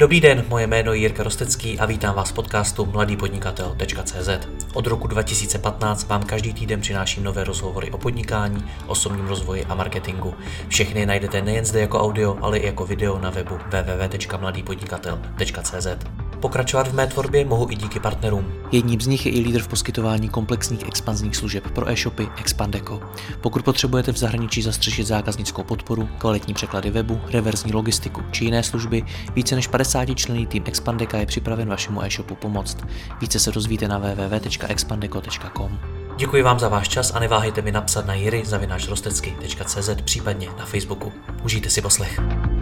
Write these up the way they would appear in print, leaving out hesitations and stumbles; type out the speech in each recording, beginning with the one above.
Dobrý den, moje jméno je Jirka Rostecký a vítám vás v podcastu mladýpodnikatel.cz. Od roku 2015 vám každý týden přináším nové rozhovory o podnikání, osobním rozvoji a marketingu. Všechny najdete nejen zde jako audio, ale i jako video na webu www.mladýpodnikatel.cz. Pokračovat v mé tvorbě mohu i díky partnerům. Jedním z nich je i lídr v poskytování komplexních expanzních služeb pro e-shopy Expandeco. Pokud potřebujete v zahraničí zastřešit zákaznickou podporu, kvalitní překlady webu, reverzní logistiku či jiné služby, více než 50členný tým Expandeca je připraven vašemu e-shopu pomoct. Více se dozvíte na www.expandeco.com. Děkuji vám za váš čas a neváhejte mi napsat na jiry@rostecky.cz, případně na Facebooku. Užijte si poslech.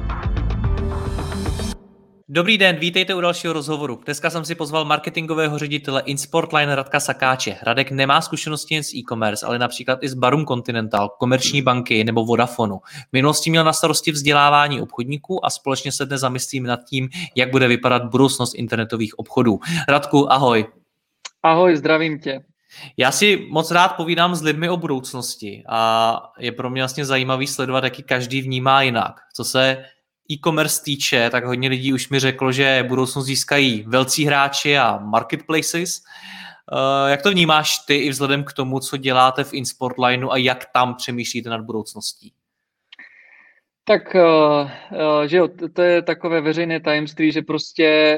Dobrý den, vítejte u dalšího rozhovoru. Dneska jsem si pozval marketingového ředitele InSportline Radka Sakáče. Radek nemá zkušenosti jen z e-commerce, ale například i z Barum Continental, Komerční banky nebo Vodafonu. V minulosti měl na starosti vzdělávání obchodníků a společně se dnes zamyslím nad tím, jak bude vypadat budoucnost internetových obchodů. Radku, ahoj. Ahoj, zdravím tě. Já si moc rád povídám s lidmi o budoucnosti a je pro mě vlastně zajímavý sledovat, jak ji každý vnímá jinak. Co se e-commerce týče, tak hodně lidí už mi řeklo, že budoucnost získají velcí hráči a marketplaces. Jak to vnímáš ty i vzhledem k tomu, co děláte v InSportlineu a jak tam přemýšlíte nad budoucností? Tak, že jo, to je takové veřejné tajemství, že prostě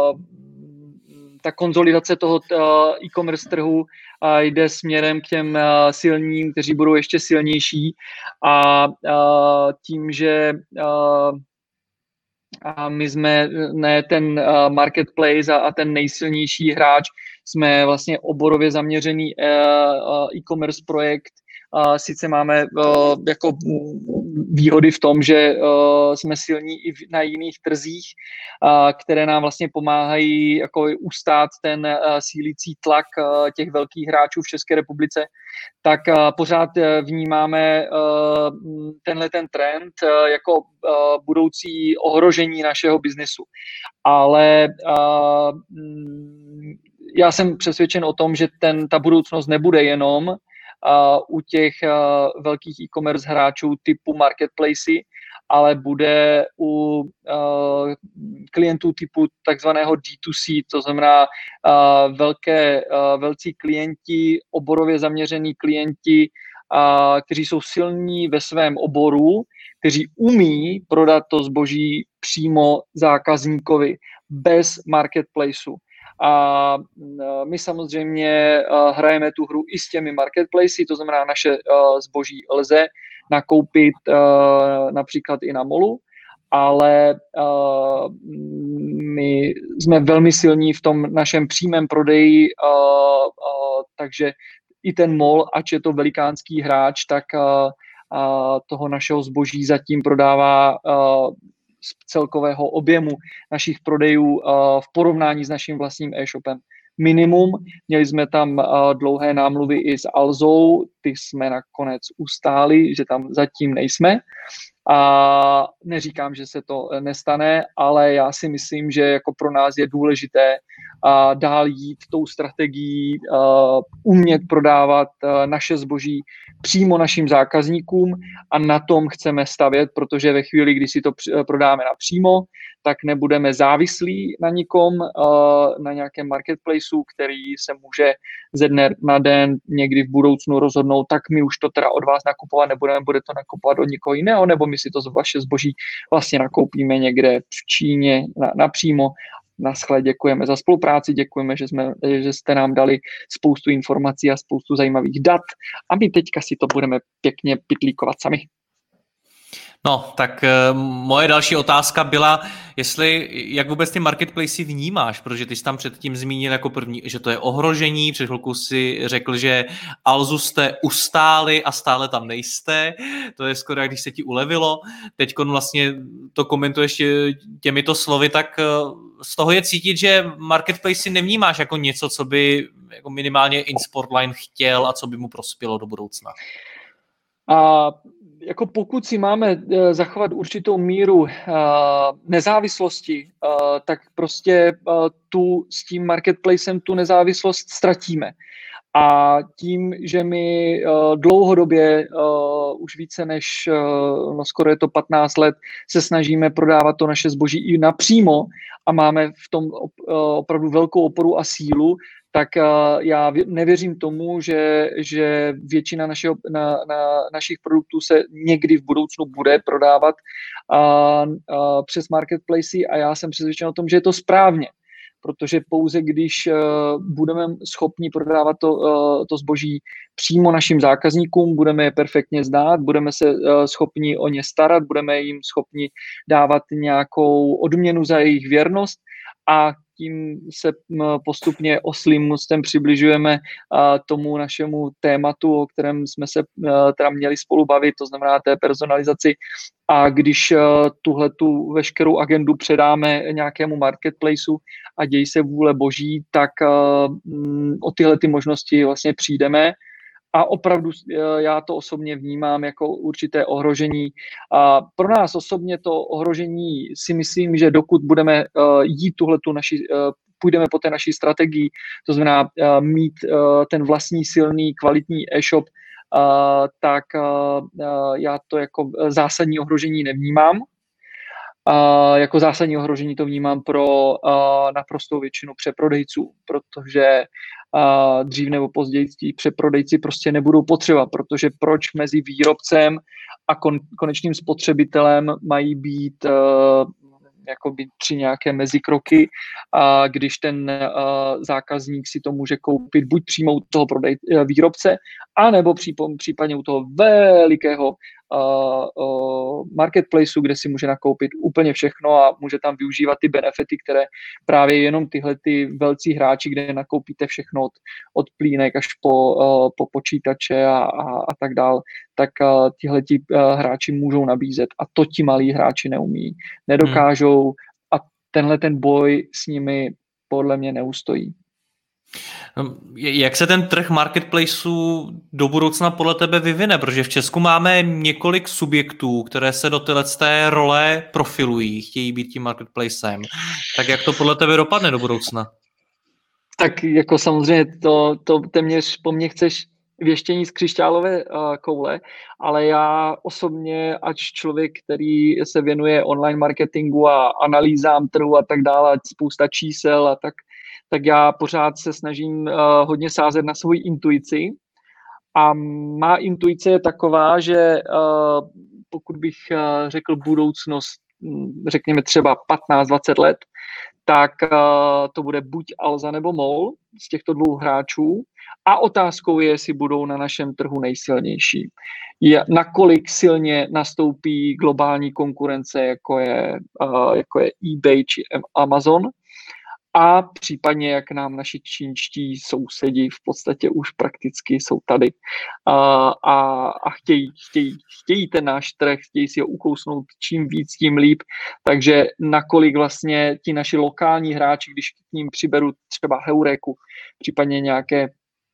ta konsolidace toho e-commerce trhu jde směrem k těm silným, kteří budou ještě silnější a tím, že a my jsme ne ten marketplace a ten nejsilnější hráč, jsme vlastně oborově zaměřený e-commerce projekt. Sice máme jako výhody v tom, že jsme silní i na jiných trzích, které nám vlastně pomáhají jako ustát ten sílící tlak těch velkých hráčů v České republice, tak pořád vnímáme tenhle ten trend jako budoucí ohrožení našeho biznesu. Ale já jsem přesvědčen o tom, že ta budoucnost nebude jenom u těch velkých e-commerce hráčů typu marketplacy, ale bude u klientů typu takzvaného D2C, to znamená velcí klienti, oborově zaměření klienti, kteří jsou silní ve svém oboru, kteří umí prodat to zboží přímo zákazníkovi bez marketplaceu. A my samozřejmě hrajeme tu hru i s těmi marketplacy, to znamená, naše zboží lze nakoupit například i na molu, ale my jsme velmi silní v tom našem přímém prodeji, takže i ten mol, ač je to velikánský hráč, tak toho našeho zboží zatím prodává z celkového objemu našich prodejů v porovnání s naším vlastním e-shopem minimum. Měli jsme tam dlouhé námluvy i s Alzou, ty jsme nakonec ustáli, že tam zatím nejsme. A neříkám, že se to nestane, ale já si myslím, že jako pro nás je důležité dál jít tou strategií, umět prodávat naše zboží přímo našim zákazníkům a na tom chceme stavět, protože ve chvíli, kdy si to prodáme napřímo, tak nebudeme závislí na nikom, na nějakém marketplaceu, který se může ze dne na den někdy v budoucnu rozhodnout, tak my už to teda od vás nakupovat nebudeme, bude to nakupovat od někoho jiného, nebo my si to vaše zboží vlastně nakoupíme někde v Číně napřímo. Naschle, děkujeme za spolupráci, děkujeme, že jste nám dali spoustu informací a spoustu zajímavých dat a my teďka si to budeme pěkně pitlíkovat sami. No, tak moje další otázka byla, jak vůbec ty marketplacy vnímáš, protože ty jsi tam předtím zmínil jako první, že to je ohrožení, před chvilkou si řekl, že Alzu jste ustáli a stále tam nejste, to je skoro, jak když se ti ulevilo, teďkon vlastně to komentuješ těmito slovy, tak z toho je cítit, že marketplacy nevnímáš jako něco, co by jako minimálně InSportline chtěl a co by mu prospělo do budoucna. Jako pokud si máme zachovat určitou míru nezávislosti, tak prostě s tím marketplacem tu nezávislost ztratíme. A tím, že my dlouhodobě, už více než skoro je to 15 let, se snažíme prodávat to naše zboží i napřímo a máme v tom opravdu velkou oporu a sílu, tak já nevěřím tomu, že většina našich produktů se někdy v budoucnu bude prodávat přes marketplace a já jsem přesvědčen o tom, že je to správně, protože pouze když budeme schopni prodávat to zboží přímo našim zákazníkům, budeme je perfektně znát, budeme se schopni o ně starat, budeme jim schopni dávat nějakou odměnu za jejich věrnost a tím se postupně oslím mostem přibližujeme tomu našemu tématu, o kterém jsme se teda měli spolu bavit, to znamená té personalizaci. A když tuhletu veškerou agendu předáme nějakému marketplaceu a děj se vůle boží, tak o tyhle ty možnosti vlastně přijdeme. A opravdu já to osobně vnímám jako určité ohrožení. A pro nás osobně to ohrožení si myslím, že dokud budeme půjdeme po té naší strategii, to znamená mít ten vlastní silný kvalitní e-shop, tak já to jako zásadní ohrožení nevnímám. Jako zásadní ohrožení to vnímám pro naprostou většinu přeprodejců, protože dřív nebo později ti přeprodejci prostě nebudou potřeba, protože proč mezi výrobcem a konečným spotřebitelem mají být jakoby 3 nějaké mezikroky, a když ten zákazník si to může koupit buď přímo u toho výrobce, anebo případně u toho velikého marketplaceu, kde si může nakoupit úplně všechno a může tam využívat ty benefity, které právě jenom tyhle ty velcí hráči, kde nakoupíte všechno od plínek až po počítače a tak dál, tak tihleti hráči můžou nabízet a to ti malí hráči neumí, nedokážou a tenhle ten boj s nimi podle mě neustojí. Jak se ten trh marketplaceů do budoucna podle tebe vyvine? Protože v Česku máme několik subjektů, které se do té role profilují, chtějí být tím marketplacem. Tak jak to podle tebe dopadne do budoucna? Tak jako samozřejmě to téměř po mně chceš věštění z křišťálové koule, ale já osobně, ač člověk, který se věnuje online marketingu a analýzám trhu a tak dále, spousta čísel a tak já pořád se snažím hodně sázet na svou intuici. A má intuice je taková, že pokud bych řekl budoucnost, řekněme třeba 15-20 let, tak to bude buď Alza nebo MOL z těchto 2 hráčů. A otázkou je, jestli budou na našem trhu nejsilnější. Nakolik silně nastoupí globální konkurence, jako je eBay či Amazon, a případně jak nám naši čínští sousedi v podstatě už prakticky jsou tady a chtějí ten náš trh, chtějí si ho ukousnout čím víc, tím líp, takže nakolik vlastně ti naši lokální hráči, když k ním přiberu třeba Heuréku, případně nějaké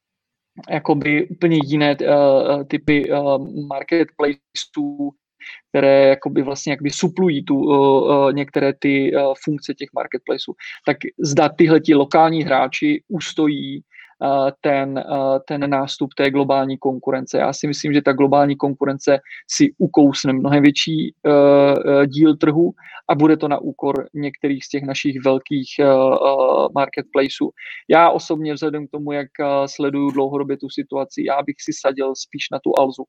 jakoby úplně jiné typy marketplaceů, které jakoby vlastně jakoby suplují některé ty funkce těch marketplaceů, tak zda tyhleti lokální hráči ustojí ten nástup té globální konkurence. Já si myslím, že ta globální konkurence si ukousne mnohem větší díl trhu a bude to na úkor některých z těch našich velkých marketplaceů. Já osobně vzhledem k tomu, jak sleduju dlouhodobě tu situaci, já bych si sadil spíš na tu Alzu.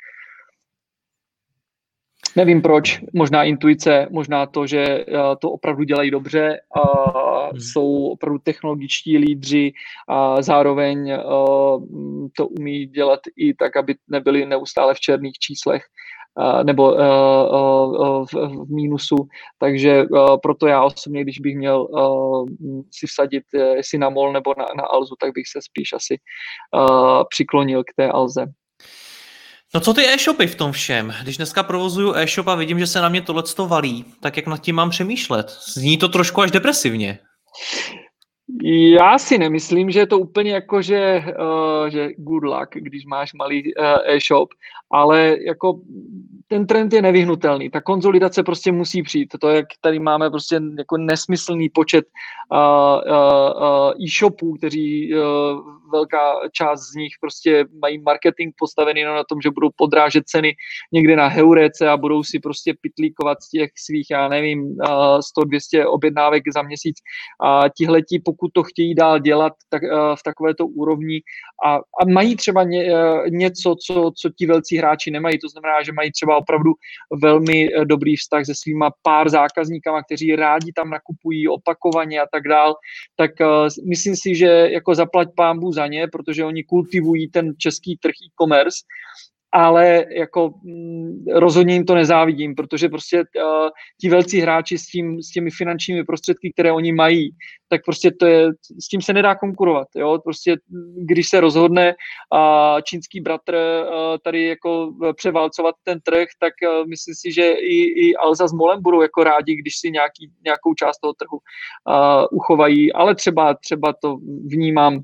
Nevím proč, možná intuice, možná to, že to opravdu dělají dobře, jsou opravdu technologičtí lídři a zároveň to umí dělat i tak, aby nebyli neustále v černých číslech nebo v mínusu. Takže proto já osobně, když bych měl si vsadit jestli na MOL nebo na Alzu, tak bych se spíš asi přiklonil k té Alze. No co ty e-shopy v tom všem? Když dneska provozuju e-shop a vidím, že se na mě tohleto valí, tak jak nad tím mám přemýšlet? Zní to trošku až depresivně. Já si nemyslím, že je to úplně jako, že good luck, když máš malý e-shop, ale jako ten trend je nevyhnutelný. Ta konzolidace prostě musí přijít. To, jak tady máme prostě jako nesmyslný počet e-shopů, kteří velká část z nich prostě mají marketing postavený na tom, že budou podrážet ceny někde na Heurece a budou si prostě pitlíkovat z těch svých, já nevím, 100-200 objednávek za měsíc. A tihleti, pokud to chtějí dál dělat tak, v takovéto úrovni a mají třeba něco, co ti velcí hráči nemají, to znamená, že mají třeba opravdu velmi dobrý vztah se svýma pár zákazníkama, kteří rádi tam nakupují opakovaně a tak dál, tak myslím si, že jako zaplať pánbůh za ně, protože oni kultivují ten český trh e-commerce, ale jako rozhodně jim to nezávidím, protože prostě ti velcí hráči s těmi finančními prostředky, které oni mají, tak prostě s tím se nedá konkurovat. Jo? Prostě když se rozhodne čínský bratr tady jako převálcovat ten trh, tak myslím si, že i Alza s Molem budou jako rádi, když si nějakou část toho trhu uchovají, ale třeba to vnímám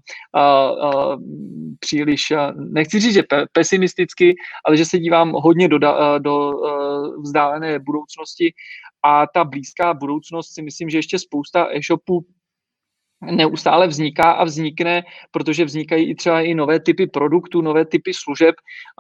příliš, nechci říct, že pesimisticky, ale že se dívám hodně do vzdálené budoucnosti a ta blízká budoucnost si myslím, že ještě spousta e-shopů neustále vzniká a vznikne, protože vznikají i třeba i nové typy produktů, nové typy služeb,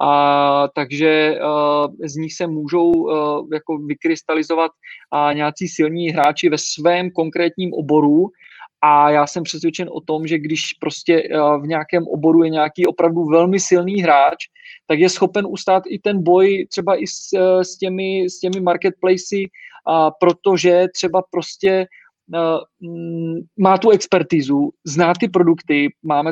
takže z nich se můžou jako vykrystalizovat nějací silní hráči ve svém konkrétním oboru. A já jsem přesvědčen o tom, že když prostě v nějakém oboru je nějaký opravdu velmi silný hráč, tak je schopen ustát i ten boj třeba i s těmi marketplacy, protože třeba prostě má tu expertizu, zná ty produkty,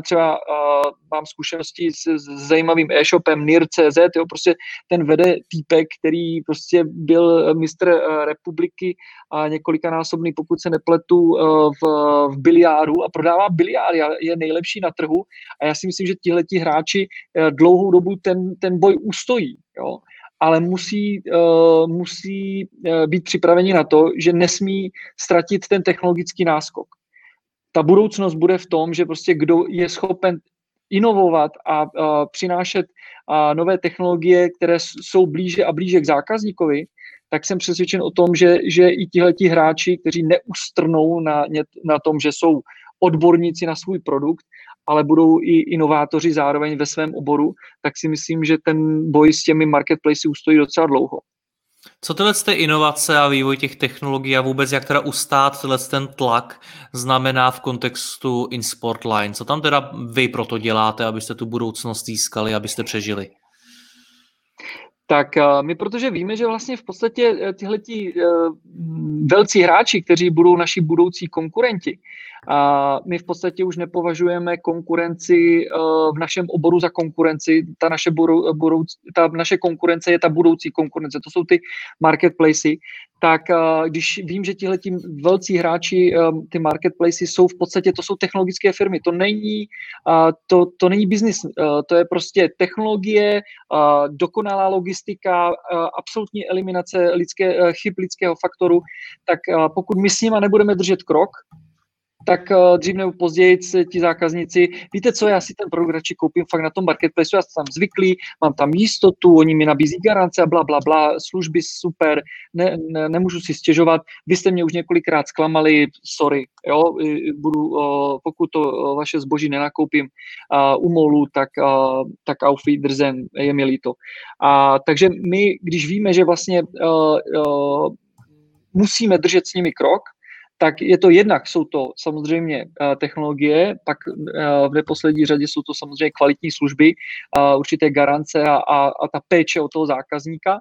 mám zkušenosti s zajímavým e-shopem NIR.cz, jo, prostě ten vede týpek, který prostě byl mistr republiky a několikanásobný, pokud se nepletu, v biliáru a prodává biliáry a je nejlepší na trhu a já si myslím, že tihleti hráči dlouhou dobu ten boj ustojí, jo. Ale musí být připraveni na to, že nesmí ztratit ten technologický náskok. Ta budoucnost bude v tom, že prostě kdo je schopen inovovat a přinášet nové technologie, které jsou blíže a blíže k zákazníkovi, tak jsem přesvědčen o tom, že i tihleti hráči, kteří neustrnou na tom, že jsou odborníci na svůj produkt, ale budou i inovátoři zároveň ve svém oboru, tak si myslím, že ten boj s těmi marketplacy ustojí docela dlouho. Co tyhle inovace a vývoj těch technologií a vůbec jak teda ustát ten tlak znamená v kontextu InSportLine? Co tam teda vy proto děláte, abyste tu budoucnost získali, abyste přežili? Tak my, protože víme, že vlastně v podstatě tihleti velcí hráči, kteří budou naši budoucí konkurenti, my v podstatě už nepovažujeme konkurenci v našem oboru za konkurenci. Ta naše konkurence je ta budoucí konkurence. To jsou ty marketplacy. Tak když vím, že tihleti velcí hráči, ty marketplacy jsou v podstatě, to jsou technologické firmy. To není biznis. To je prostě technologie, dokonalá logistika, absolutní eliminace chyb lidského faktoru. Tak pokud my s nima nebudeme držet krok, tak dřív nebo později ti zákazníci, víte co, já si ten produkt radši koupím fakt na tom marketplace, já jsem tam zvyklý, mám tam jistotu, oni mi nabízí garance a bla, bla, bla, služby super, nemůžu si stěžovat, vy jste mě už několikrát zklamali, sorry, jo, pokud to vaše zboží nenakoupím u molu, tak auf Wiedersehen, je mi líto. Takže my, když víme, že vlastně musíme držet s nimi krok, tak je to jednak, jsou to samozřejmě technologie, pak v neposlední řadě jsou to samozřejmě kvalitní služby, určité garance a ta péče od toho zákazníka.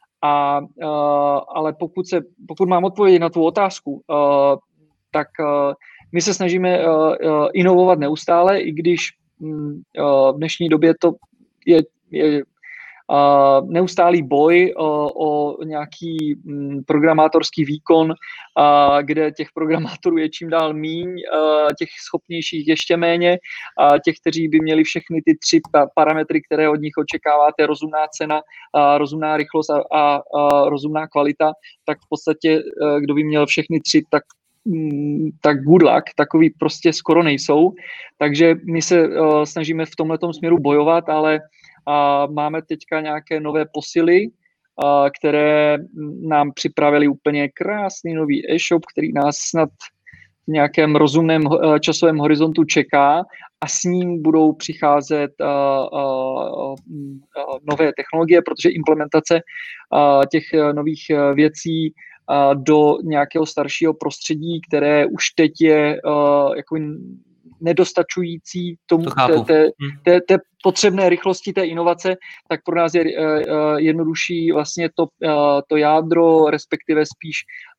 Ale pokud mám odpovědět na tu otázku, tak my se snažíme inovovat neustále, i když v dnešní době to je neustálý boj o nějaký programátorský výkon, kde těch programátorů je čím dál míň, těch schopnějších ještě méně, těch, kteří by měli všechny ty 3 parametry, které od nich očekáváte, rozumná cena, rozumná rychlost a rozumná kvalita, tak v podstatě, kdo by měl všechny 3, tak tak good luck, takový prostě skoro nejsou. Takže my se snažíme v tomhletom směru bojovat, ale máme teďka nějaké nové posily, které nám připravili úplně krásný nový e-shop, který nás snad v nějakém rozumném časovém horizontu čeká a s ním budou přicházet nové technologie, protože implementace těch nových věcí do nějakého staršího prostředí, které už teď je jako nedostačující tomu té potřebné rychlosti té inovace, tak pro nás je jednodušší vlastně to jádro, respektive spíš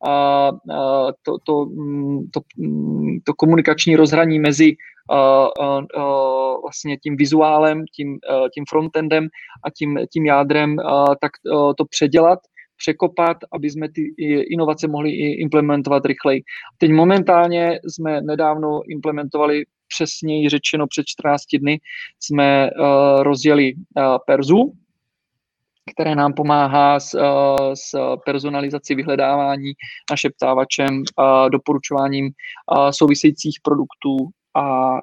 to komunikační rozhraní mezi vlastně tím vizuálem, tím frontendem a tím jádrem, tak to předělat, překopat, aby jsme ty inovace mohli implementovat rychleji. Teď momentálně jsme nedávno implementovali, přesněji řečeno před 14 dny, jsme rozjeli Perzu, které nám pomáhá s personalizací vyhledávání našeptávačem, doporučováním souvisejících produktů a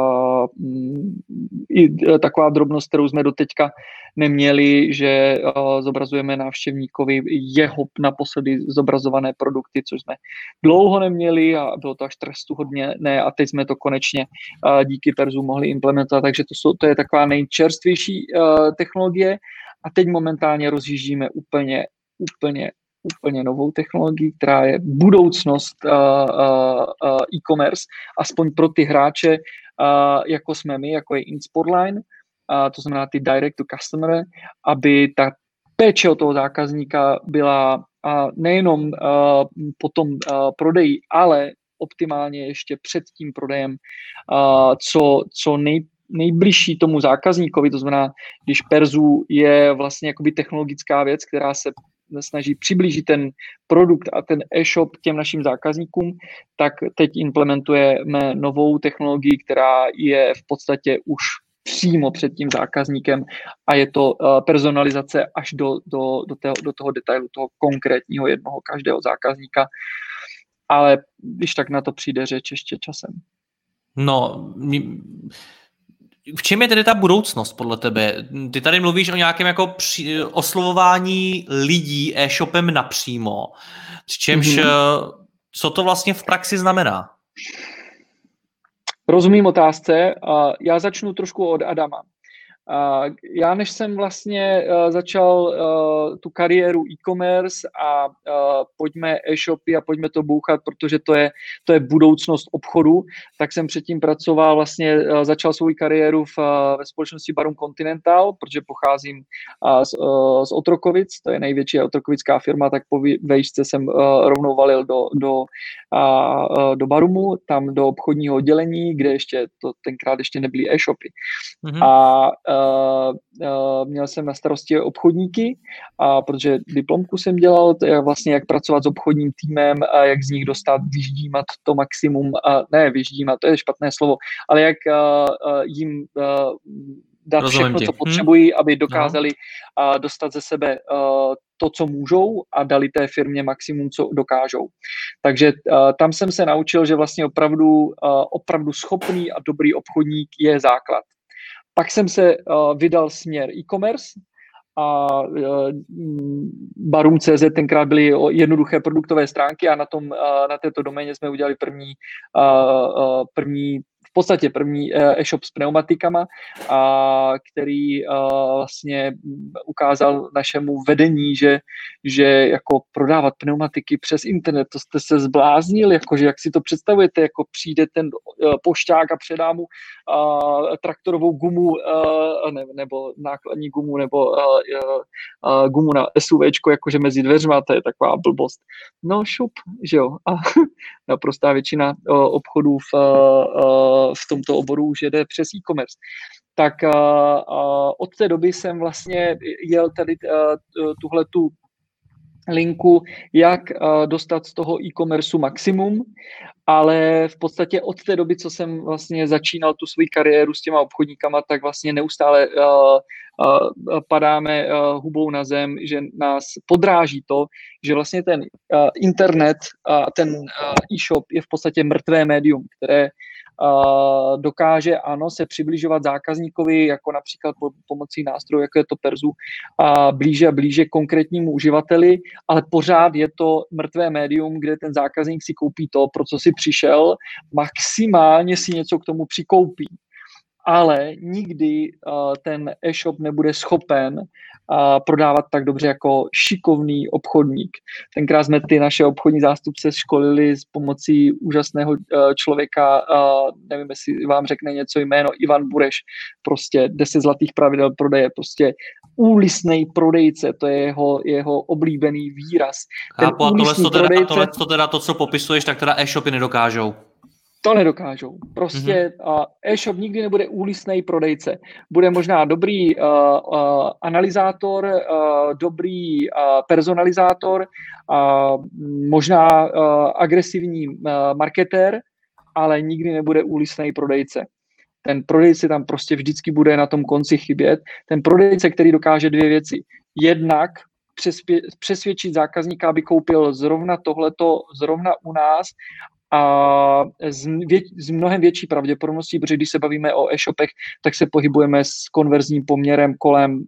i taková drobnost, kterou jsme doteďka neměli, že zobrazujeme návštěvníkovi jeho naposledy zobrazované produkty, což jsme dlouho neměli a bylo to až trestuhodně ne a teď jsme to konečně díky Perzu mohli implementovat, takže to je taková nejčerstvější technologie a teď momentálně rozjíždíme úplně novou technologii, která je budoucnost e-commerce, aspoň pro ty hráče, jako jsme my, jako je InSportline, to znamená ty direct to customer, aby ta péče o toho zákazníka byla nejenom po tom prodeji, ale optimálně ještě před tím prodejem, co nejbližší tomu zákazníkovi, to znamená, když Perzu je vlastně jakoby technologická věc, která se snaží přiblížit ten produkt a ten e-shop těm našim zákazníkům, tak teď implementujeme novou technologii, která je v podstatě už přímo před tím zákazníkem a je to personalizace až do toho detailu, toho konkrétního jednoho každého zákazníka. Ale když tak na to přijde řeč ještě časem. No, v čem je tedy ta budoucnost podle tebe? Ty tady mluvíš o nějakém jako oslovování lidí e-shopem napřímo. Přičemž co to vlastně v praxi znamená? Rozumím otázce. Já začnu trošku od Adama. Já než jsem vlastně začal tu kariéru e-commerce a pojďme e-shopy a pojďme to bouchat, protože to je budoucnost obchodu, tak jsem předtím pracoval, vlastně začal svou kariéru ve společnosti Barum Continental, protože pocházím z Otrokovic, to je největší otrokovická firma, tak po vejšce jsem rovnou valil do Barumu, tam do obchodního oddělení, kde tenkrát ještě nebyly e-shopy. A měl jsem na starosti obchodníky, protože diplomku jsem dělal, vlastně jak pracovat s obchodním týmem a jak z nich dostat, vyždímat to maximum, ne vyždímat, to je špatné slovo, ale jak jim dát všechno, co potřebují, aby dokázali dostat ze sebe to, co můžou a dali té firmě maximum, co dokážou. Takže tam jsem se naučil, že vlastně opravdu schopný a dobrý obchodník je základ. Pak jsem se vydal směr e-commerce a Barum.cz tenkrát byly jednoduché produktové stránky a na této doméně jsme udělali v podstatě první e-shop s pneumatikama, který vlastně ukázal našemu vedení, že jako prodávat pneumatiky přes internet, to jste se zbláznili, jakože jak si to představujete, jako přijde ten pošťák a předá mu traktorovou gumu nebo nákladní gumu nebo gumu na SUVčko, jakože mezi dveřma, to je taková blbost. No šup, že jo. A naprostá většina obchodů v tomto oboru už jede přes e-commerce. Tak od té doby jsem vlastně jel tady tuhletu linku, jak dostat z toho e-commerceu maximum ale v podstatě od té doby, co jsem vlastně začínal tu svou kariéru s těma obchodníkama, tak vlastně neustále padáme hubou na zem, že nás podráží to, že vlastně ten internet a ten e-shop je v podstatě mrtvé médium, které dokáže, ano, se přibližovat zákazníkovi, jako například pomocí nástrojů, jako je to Perzu, blíže a blíže konkrétnímu uživateli, ale pořád je to mrtvé médium, kde ten zákazník si koupí to, pro co si přišel, maximálně si něco k tomu přikoupí. Ale nikdy ten e-shop nebude schopen prodávat tak dobře jako šikovný obchodník. Tenkrát jsme ty naše obchodní zástupce školili s pomocí úžasného člověka, nevím, jestli vám řekne něco jméno, Ivan Bureš, prostě 10 zlatých pravidel prodeje, prostě úlisnej prodejce, to je jeho oblíbený výraz. Chápu, a tohle teda to, co popisuješ, tak teda e-shopy nedokážou. To nedokážou. Prostě e-shop nikdy nebude úlisnej prodejce. Bude možná dobrý analyzátor, dobrý personalizátor, možná agresivní marketér, ale nikdy nebude úlisnej prodejce. Ten prodejce tam prostě vždycky bude na tom konci chybět. Ten prodejce, který dokáže dvě věci. Jednak přesvědčit zákazníka, aby koupil zrovna tohleto, zrovna u nás, a s mnohem větší pravděpodobností, protože když se bavíme o e-shopech, tak se pohybujeme s konverzním poměrem kolem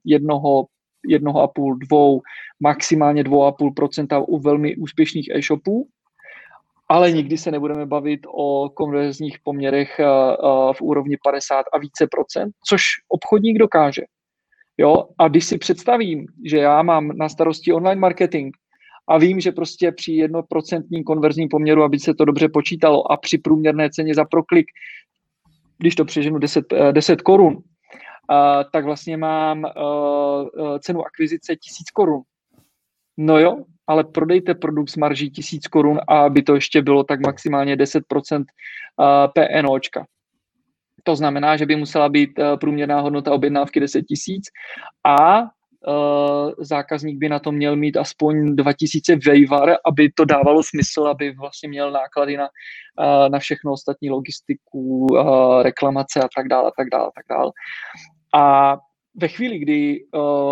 1,5, 2, maximálně 2,5% u velmi úspěšných e-shopů, ale nikdy se nebudeme bavit o konverzních poměrech v úrovni 50 a více procent, což obchodník dokáže. Jo? A když si představím, že já mám na starosti online marketing, a vím, že prostě při 1% konverzním poměru, aby se to dobře počítalo, a při průměrné ceně za proklik, když to přeženu 10 korun, tak vlastně mám cenu akvizice 1000 korun. No jo, ale prodejte produkt s marží 1000 korun a aby to ještě bylo tak maximálně 10% PNOčka. To znamená, že by musela být průměrná hodnota objednávky 10 000 a zákazník by na to měl mít aspoň 2000 vejvar, aby to dávalo smysl, aby vlastně měl náklady na všechno ostatní, logistiku, reklamace a tak dále, tak dále, tak dále. A ve chvíli, kdy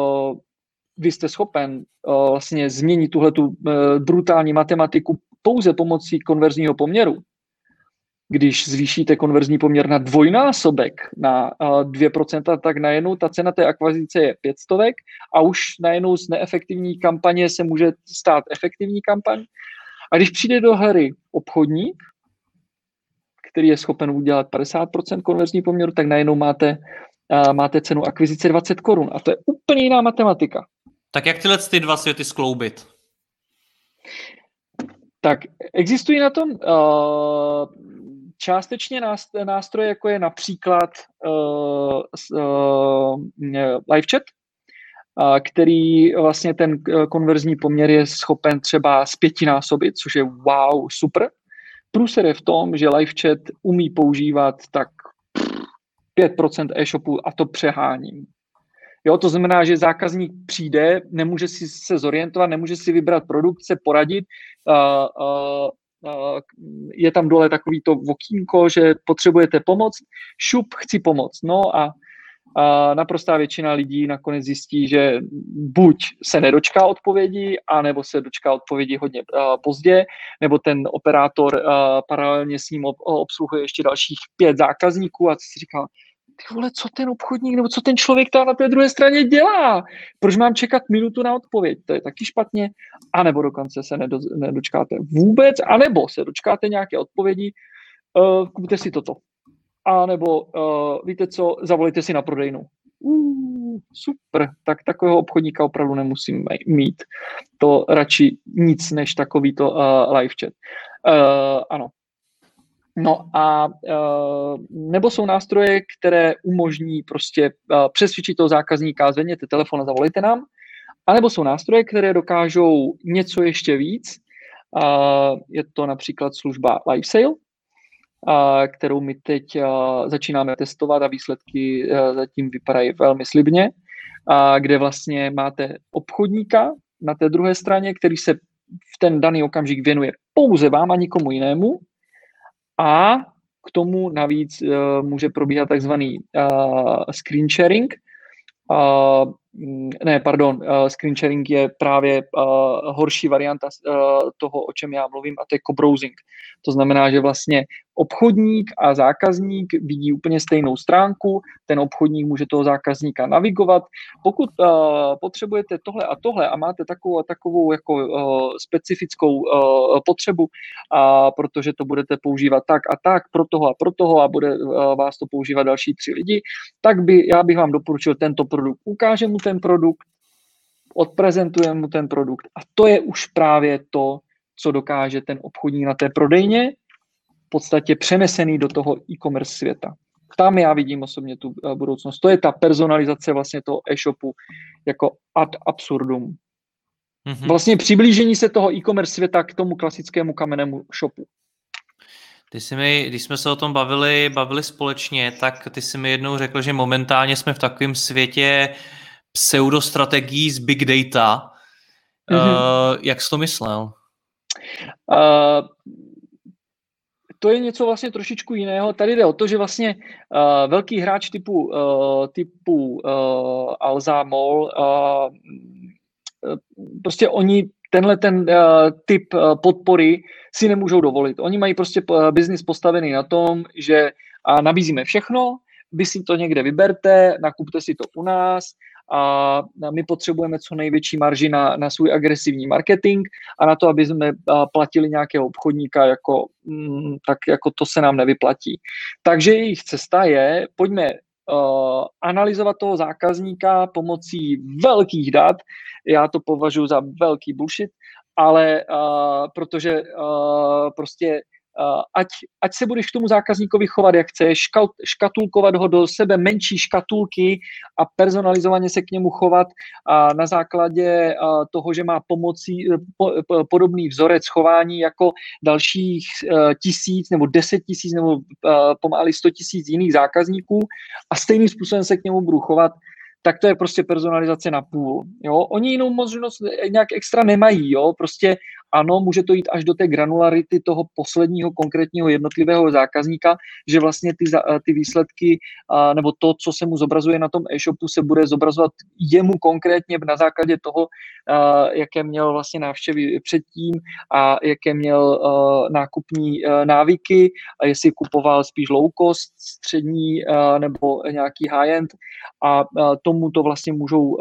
vy jste schopen vlastně změnit tuhletu brutální matematiku pouze pomocí konverzního poměru, když zvýšíte konverzní poměr na dvojnásobek, na 2%, tak najednou ta cena té akvizice je 500 a už najednou z neefektivní kampaně se může stát efektivní kampaň. A když přijde do hry obchodník, který je schopen udělat 50% konverzní poměru, tak najednou máte cenu akvizice 20 korun. A to je úplně jiná matematika. Tak jak tyhle ty dva světy skloubit? Tak existují na tom částečně nástroje, jako je například live chat, který vlastně ten konverzní poměr je schopen třeba zpětinásobit, což je wow, super. Průser je v tom, že live chat umí používat tak 5% e-shopu a to přeháním. Jo, to znamená, že zákazník přijde, nemůže si se zorientovat, nemůže si vybrat produkt, se poradit, je tam dole takový to okýnko, že potřebujete pomoc, šup, chci pomoct. No a naprostá většina lidí nakonec zjistí, že buď se nedočká odpovědi, anebo se dočká odpovědi hodně pozdě, nebo ten operátor paralelně s ním obsluhuje ještě dalších 5 zákazníků a si říká, ty vole, co ten obchodník nebo co ten člověk tam na té druhé straně dělá? Proč mám čekat minutu na odpověď? To je taky špatně. A nebo dokonce se nedočkáte vůbec, anebo se dočkáte nějaké odpovědi, kupte si toto. A nebo víte co, zavolejte si na prodejnu. Super, tak takového obchodníka opravdu nemusím mít. To radši nic než takovýto live chat. Ano. No a nebo jsou nástroje, které umožní prostě přesvědčit toho zákazníka, zvedněte telefon a zavolejte nám, anebo jsou nástroje, které dokážou něco ještě víc. Je to například služba LiveSale, kterou my teď začínáme testovat a výsledky zatím vypadají velmi slibně, kde vlastně máte obchodníka na té druhé straně, který se v ten daný okamžik věnuje pouze vám a nikomu jinému, A k tomu navíc může probíhat takzvaný screen sharing. Screen sharing je právě horší varianta toho, o čem já mluvím, a to je co-browsing. To znamená, že vlastně obchodník a zákazník vidí úplně stejnou stránku, ten obchodník může toho zákazníka navigovat. Pokud potřebujete tohle a tohle a máte takovou a takovou jako specifickou potřebu, protože to budete používat tak a tak pro toho a bude vás to používat další 3 lidi, tak já bych vám doporučil tento produkt. Ukáže mu ten produkt, odprezentuje mu ten produkt a to je už právě to, co dokáže ten obchodník na té prodejně, v podstatě přenesený do toho e-commerce světa. Tam já vidím osobně tu budoucnost. To je ta personalizace vlastně toho e-shopu jako ad absurdum. Vlastně přiblížení se toho e-commerce světa k tomu klasickému kamennému shopu. Když jsme se o tom bavili společně, tak ty jsi mi jednou řekl, že momentálně jsme v takovém světě pseudostrategií z big data. Jak jsi to myslel? To je něco vlastně trošičku jiného. Tady jde o to, že vlastně velký hráč typu Alza, MOL, prostě oni tenhle typ podpory si nemůžou dovolit. Oni mají prostě biznis postavený na tom, že nabízíme všechno, vy si to někde vyberte, nakupte si to u nás a my potřebujeme co největší marži na svůj agresivní marketing a na to, aby jsme platili nějakého obchodníka, tak jako to se nám nevyplatí. Takže jejich cesta je, pojďme analyzovat toho zákazníka pomocí velkých dat. Já to považuji za velký bullshit, ale protože prostě ať se budeš k tomu zákazníkovi chovat, jak chceš, škatulkovat ho do sebe menší škatulky a personalizovaně se k němu chovat na základě toho, že má podobný vzorec chování jako dalších 1000 nebo 10 000 nebo pomalu 100 000 jiných zákazníků a stejným způsobem se k němu budu chovat, tak to je prostě personalizace na půl. Jo? Oni jinou možnost nějak extra nemají. Jo? Prostě ano, může to jít až do té granularity toho posledního konkrétního jednotlivého zákazníka, že vlastně ty výsledky nebo to, co se mu zobrazuje na tom e-shopu, se bude zobrazovat jemu konkrétně na základě toho, jaké měl vlastně návštěvy předtím a jaké měl nákupní návyky a jestli kupoval spíš low cost, střední nebo nějaký high-end a tomu to vlastně můžou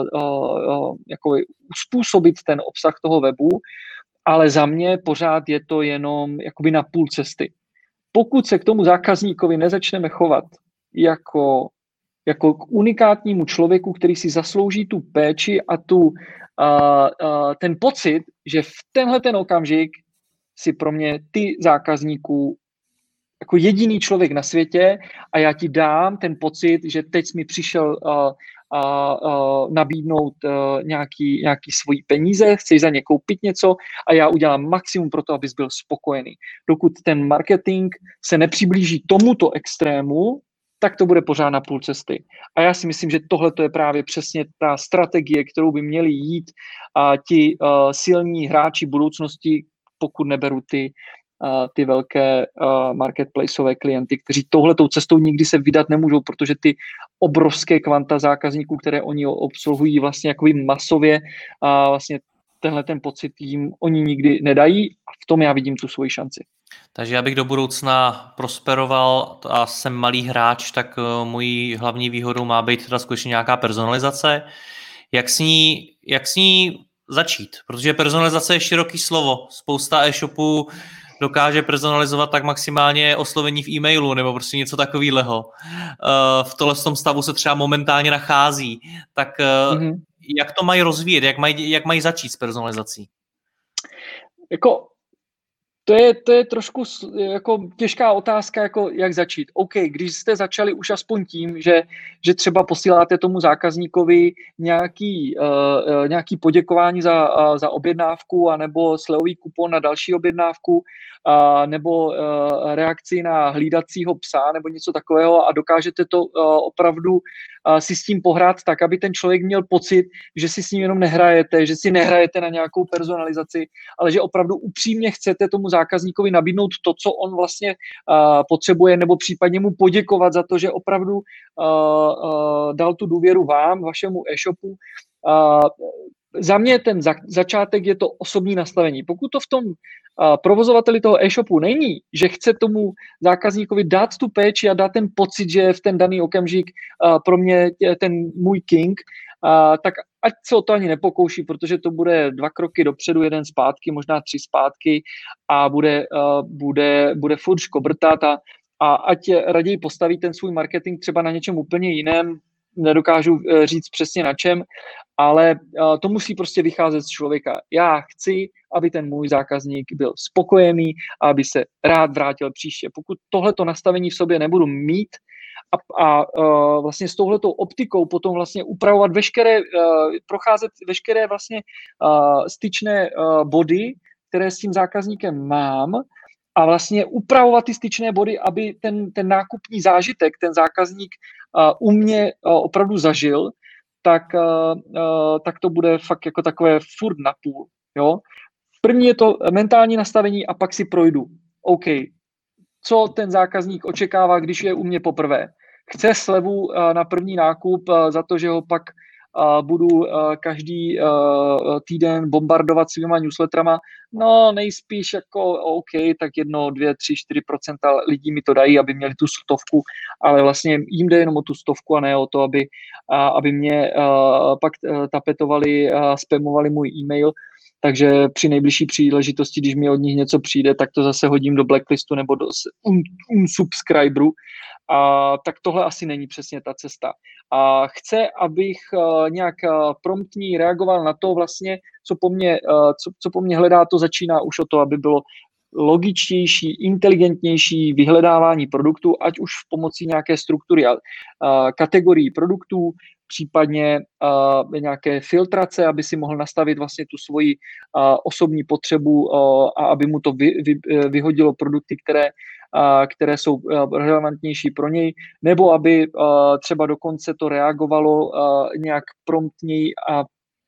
uspůsobit ten obsah toho webu, ale za mě pořád je to jenom jakoby na půl cesty. Pokud se k tomu zákazníkovi nezačneme chovat jako k unikátnímu člověku, který si zaslouží tu péči a ten pocit, že v tenhle ten okamžik si pro mě ty zákazníků jako jediný člověk na světě a já ti dám ten pocit, že teď jsi mi přišel nabídnout nějaký svojí peníze, chceš za ně koupit něco a já udělám maximum pro to, abys byl spokojený. Dokud ten marketing se nepřiblíží tomuto extrému, tak to bude pořád na půl cesty. A já si myslím, že tohle je právě přesně ta strategie, kterou by měli jít ti silní hráči budoucnosti, pokud neberu ty velké marketplaceové klienty, kteří touhletou cestou nikdy se vydat nemůžou, protože ty obrovské kvanta zákazníků, které oni obsluhují vlastně jakoby masově a vlastně tenhle ten pocit jim oni nikdy nedají a v tom já vidím tu svoji šanci. Takže abych do budoucna prosperoval a jsem malý hráč, tak mojí hlavní výhodou má být teda skutečně nějaká personalizace. Jak s ní začít? Protože personalizace je široký slovo. Spousta e-shopů dokáže personalizovat tak maximálně oslovení v e-mailu nebo prostě něco takového. V tom stavu se třeba momentálně nachází. Tak jak to mají rozvíjet? Jak mají začít s personalizací? To je trošku jako těžká otázka, jako jak začít. OK, když jste začali už aspoň tím, že třeba posíláte tomu zákazníkovi nějaký poděkování za objednávku anebo slevový kupon na další objednávku nebo reakci na hlídacího psa nebo něco takového a dokážete to opravdu si s tím pohrát tak, aby ten člověk měl pocit, že si s ním jenom nehrajete, že si nehrajete na nějakou personalizaci, ale že opravdu upřímně chcete tomu zákazníkovi nabídnout to, co on vlastně potřebuje, nebo případně mu poděkovat za to, že opravdu dal tu důvěru vám, vašemu e-shopu. Za mě ten začátek je to osobní nastavení. Pokud to v tom provozovateli toho e-shopu není, že chce tomu zákazníkovi dát tu péči a dát ten pocit, že v ten daný okamžik pro mě je ten můj king, tak ať se o to ani nepokouší, protože to bude 2 kroky dopředu, 1 zpátky, možná 3 zpátky a bude furt škobrtat a ať raději postaví ten svůj marketing třeba na něčem úplně jiném, nedokážu říct přesně na čem, ale to musí prostě vycházet z člověka. Já chci, aby ten můj zákazník byl spokojený a aby se rád vrátil příště. Pokud tohleto nastavení v sobě nebudu mít a vlastně s touhletou optikou potom vlastně upravovat procházet veškeré vlastně styčné body, které s tím zákazníkem mám, a vlastně upravovat ty styčné body, aby ten nákupní zážitek, ten zákazník u mě opravdu zažil, tak to bude fakt jako takové furt napůl. Jo? První je to mentální nastavení a pak si projdu. OK, co ten zákazník očekává, když je u mě poprvé? Chce slevu na první nákup za to, že ho pak budu každý týden bombardovat svýma newsletterama, no nejspíš jako OK, tak 1, 2, 3, 4% lidí mi to dají, aby měli tu 100, ale vlastně jim jde jenom o tu 100 a ne o to, aby mě pak tapetovali, spamovali můj e-mail, takže při nejbližší příležitosti, když mi od nich něco přijde, tak to zase hodím do blacklistu nebo do unsubscriberu. Tak tohle asi není přesně ta cesta. Chce, abych nějak promptní reagoval na to vlastně, co po mně hledá, to začíná už o to, aby bylo logičtější, inteligentnější vyhledávání produktů, ať už v pomocí nějaké struktury kategorií produktů, případně nějaké filtrace, aby si mohl nastavit vlastně tu svoji osobní potřebu a aby mu to vyhodilo produkty, které jsou relevantnější pro něj, nebo aby třeba dokonce to reagovalo nějak promptněji a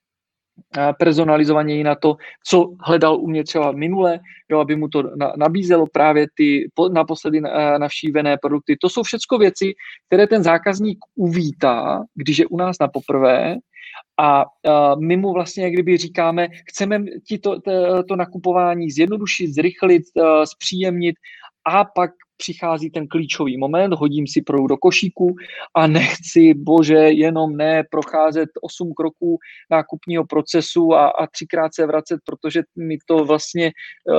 personalizovaněji na to, co hledal u mě třeba minule, jo, aby mu to nabízelo právě ty naposledy navštívené produkty. To jsou všechno věci, které ten zákazník uvítá, když je u nás na poprvé, a my mu vlastně, jak kdyby říkáme, chceme ti to nakupování zjednodušit, zrychlit, zpříjemnit, a pak přichází ten klíčový moment, hodím si produkt do košíku a nechci, jenom procházet 8 kroků nákupního procesu a 3krát se vracet, protože mi to vlastně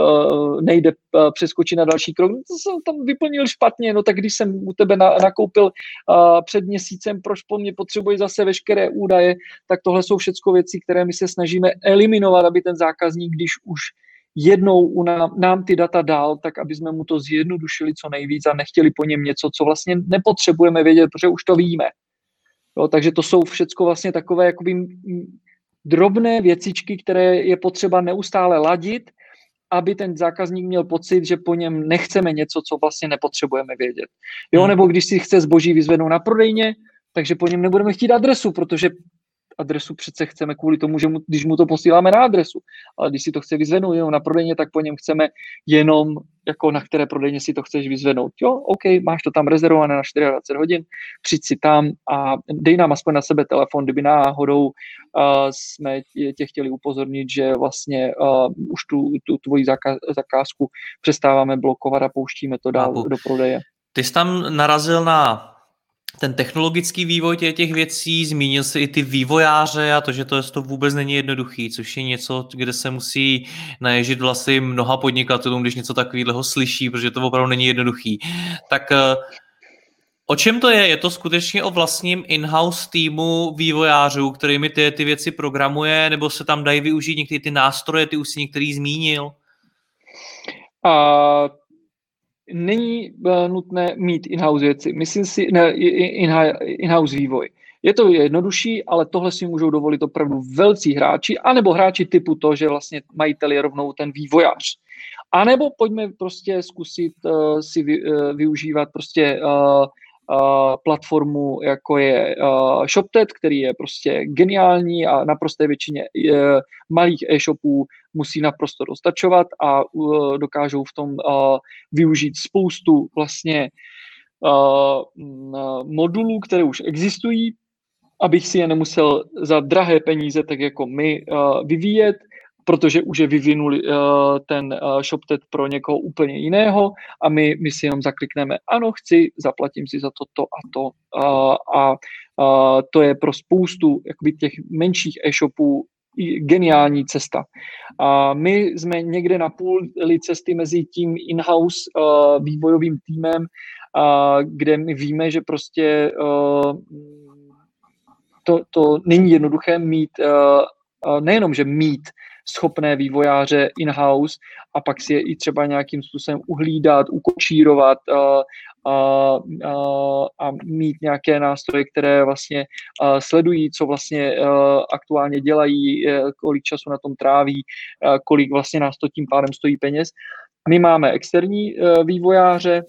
nejde přeskočit na další krok. To jsem tam vyplnil špatně, no tak když jsem u tebe nakoupil před měsícem, proč po mně potřebuješ zase veškeré údaje, tak tohle jsou všechno věci, které my se snažíme eliminovat, aby ten zákazník, když už jednou nám ty data dal, tak aby jsme mu to zjednodušili co nejvíc a nechtěli po něm něco, co vlastně nepotřebujeme vědět, protože už to víme. Jo, takže to jsou všechno vlastně takové jakoby drobné věcičky, které je potřeba neustále ladit, aby ten zákazník měl pocit, že po něm nechceme něco, co vlastně nepotřebujeme vědět. Jo, nebo když si chce zboží vyzvednout na prodejně, takže po něm nebudeme chtít adresu, protože adresu přece chceme kvůli tomu, že když mu to posíláme na adresu. Ale když si to chce vyzvednout jenom na prodejně, tak po něm chceme jenom, jako na které prodejně si to chceš vyzvednout. Jo, OK, máš to tam rezervované na 24 hodin, přijď si tam a dej nám aspoň na sebe telefon, kdyby náhodou jsme tě chtěli upozornit, že vlastně už tu tvoji zakázku přestáváme blokovat a pouštíme to dál do prodeje. Ty jsi tam narazil na ten technologický vývoj těch věcí, zmínil si i ty vývojáře a to, že to vůbec není jednoduchý, což je něco, kde se musí naježit vlastně mnoha podnikatelům, když něco takového slyší, protože to opravdu není jednoduchý. Tak o čem to je? Je to skutečně o vlastním in-house týmu vývojářů, kterými ty věci programuje, nebo se tam dají využít některé ty nástroje, ty už si některý zmínil? Není nutné mít in-house věci. Myslím si, in-house vývoj. Je to jednodušší, ale tohle si můžou dovolit opravdu velcí hráči, anebo hráči typu to, že vlastně majitel je rovnou ten vývojář. A nebo pojďme prostě zkusit si využívat prostě platformu, jako je ShopTet, který je prostě geniální a naprosté většině malých e-shopů musí naprosto dostačovat a dokážou v tom využít spoustu vlastně modulů, které už existují, abych si je nemusel za drahé peníze, tak jako my, vyvíjet, protože už je vyvinuli ten ShopTet pro někoho úplně jiného a my si jenom zaklikneme, ano, chci, zaplatím si za to a to. A to je pro spoustu jakoby těch menších e-shopů geniální cesta. A my jsme někde na půl cesty mezi tím in-house vývojovým týmem, kde my víme, že prostě to není jednoduché mít, nejenom, že mít schopné vývojáře in-house a pak si je i třeba nějakým způsobem uhlídat, ukočírovat a mít nějaké nástroje, které vlastně sledují, co vlastně aktuálně dělají, kolik času na tom tráví, kolik vlastně nás to tím pádem stojí peněz. My máme externí vývojáře,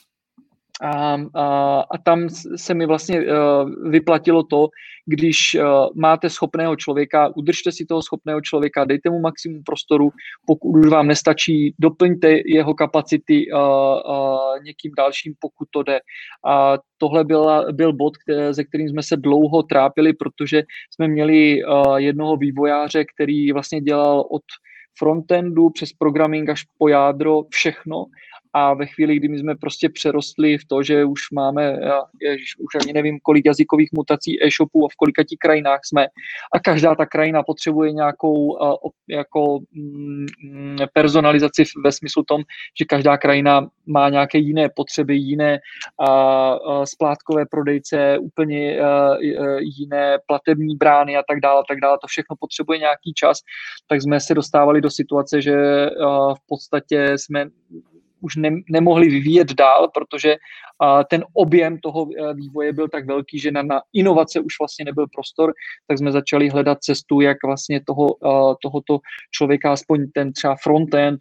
a tam se mi vlastně vyplatilo to, když máte schopného člověka, udržte si toho schopného člověka, dejte mu maximum prostoru, pokud už vám nestačí, doplňte jeho kapacity někým dalším, pokud to jde. A tohle byl bod, se kterým jsme se dlouho trápili, protože jsme měli jednoho vývojáře, který vlastně dělal od frontendu přes programming až po jádro všechno. A ve chvíli, kdy my jsme prostě přerostli v to, že už máme, už ani nevím, kolik jazykových mutací e-shopů a v kolika tí krajinách jsme. A každá ta krajina potřebuje nějakou jako personalizaci ve smyslu tom, že každá krajina má nějaké jiné potřeby, jiné splátkové prodejce, úplně jiné platební brány a tak dále. To všechno potřebuje nějaký čas. Tak jsme se dostávali do situace, že v podstatě jsme už nemohli vyvíjet dál, protože ten objem toho vývoje byl tak velký, že na inovace už vlastně nebyl prostor, tak jsme začali hledat cestu, jak vlastně tohoto člověka, aspoň ten třeba frontend,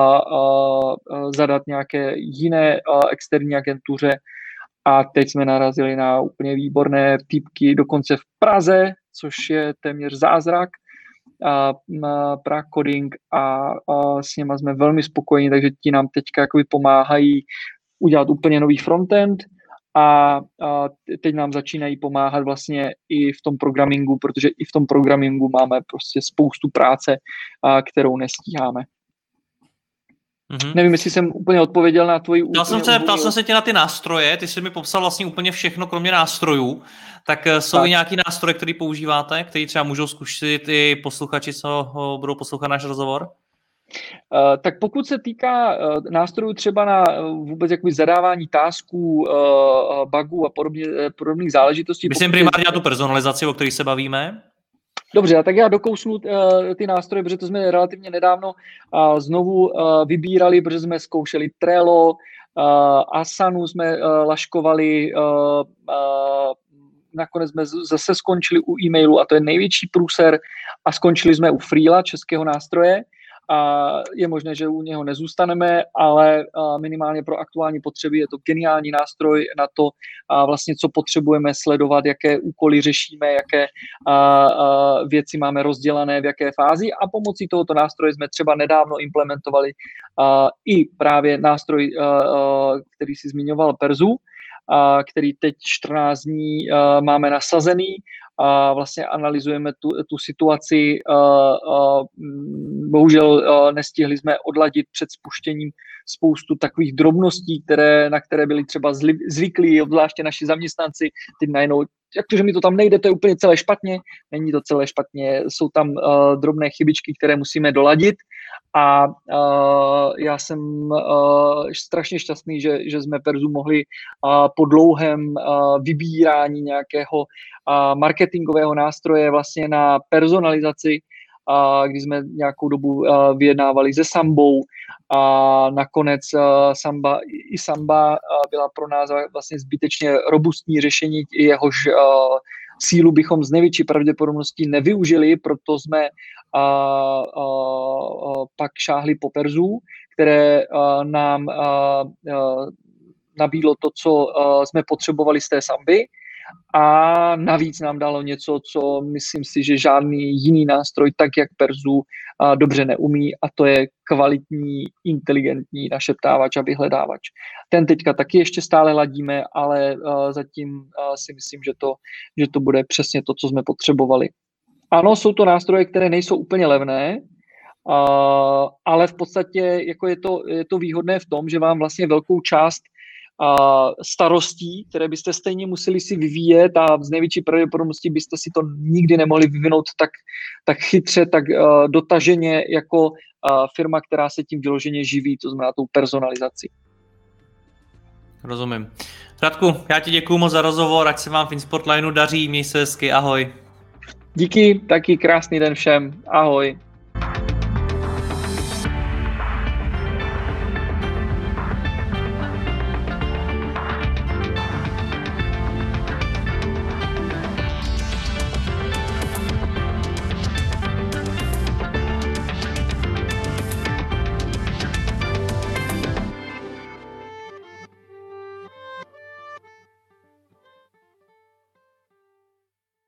zadat nějaké jiné externí agentuře. A teď jsme narazili na úplně výborné týpky, dokonce v Praze, což je téměř zázrak, Prague Coding a s něma jsme velmi spokojení, takže ti nám teďka jakoby pomáhají udělat úplně nový frontend a teď nám začínají pomáhat vlastně i v tom programingu, protože i v tom programingu máme prostě spoustu práce, kterou nestíháme. Mm-hmm. Nevím, jestli jsem úplně odpověděl na tvoji... Ptal jsem se tě na ty nástroje, ty jsi mi popsal vlastně úplně všechno, kromě nástrojů. Tak jsou i nějaký nástroje, který používáte, který třeba můžou zkusit i posluchači, co budou poslouchat náš rozhovor? Tak pokud se týká nástrojů třeba na vůbec jakoby zadávání tasků, bugů a podobných záležitostí... Myslím primárně na tu personalizaci, o které se bavíme. Dobře, tak já dokousnu ty nástroje, protože to jsme relativně nedávno znovu vybírali, protože jsme zkoušeli Trello, Asanu jsme laškovali, nakonec jsme zase skončili u e-mailu a to je největší průser a skončili jsme u Freela, českého nástroje. A je možné, že u něho nezůstaneme, ale minimálně pro aktuální potřeby je to geniální nástroj na to, vlastně, co potřebujeme sledovat, jaké úkoly řešíme, jaké věci máme rozdělané, v jaké fázi a pomocí tohoto nástroje jsme třeba nedávno implementovali i právě nástroj, který si zmiňoval, Perzu, který teď 14 dní máme nasazený. Vlastně analyzujeme tu situaci. Bohužel nestihli jsme odladit před spuštěním spoustu takových drobností, na které byli třeba zvyklí, obzvláště naši zaměstnanci. Teď najednou, jak to, že mi to tam nejde, to je úplně celé špatně. Není to celé špatně, jsou tam drobné chybičky, které musíme doladit. A já jsem strašně šťastný, že jsme Perzu mohli po dlouhém vybírání nějakého marketingového nástroje vlastně na personalizaci, kdy jsme nějakou dobu vyjednávali se Sambou a nakonec Samba byla pro nás vlastně zbytečně robustní řešení, jehož sílu bychom z největší pravděpodobností nevyužili, proto jsme pak šáhli po Perzu, které nám nabídlo to, co jsme potřebovali z té samby, a navíc nám dalo něco, co myslím si, že žádný jiný nástroj, tak jak Perzu, dobře neumí, a to je kvalitní, inteligentní našeptávač a vyhledávač. Ten teďka taky ještě stále ladíme, ale zatím si myslím, že to bude přesně to, co jsme potřebovali. Ano, jsou to nástroje, které nejsou úplně levné, ale v podstatě jako je to výhodné v tom, že vám vlastně velkou část starostí, které byste stejně museli si vyvíjet a z největší pravděpodobností byste si to nikdy nemohli vyvinout tak chytře, tak dotaženě jako firma, která se tím vyloženě živí, to znamená tou personalizací. Rozumím. Radku, já ti děkuju moc za rozhovor, ať se vám v InSport Lineu daří, měj se hezky, ahoj. Díky, taky krásný den všem, ahoj.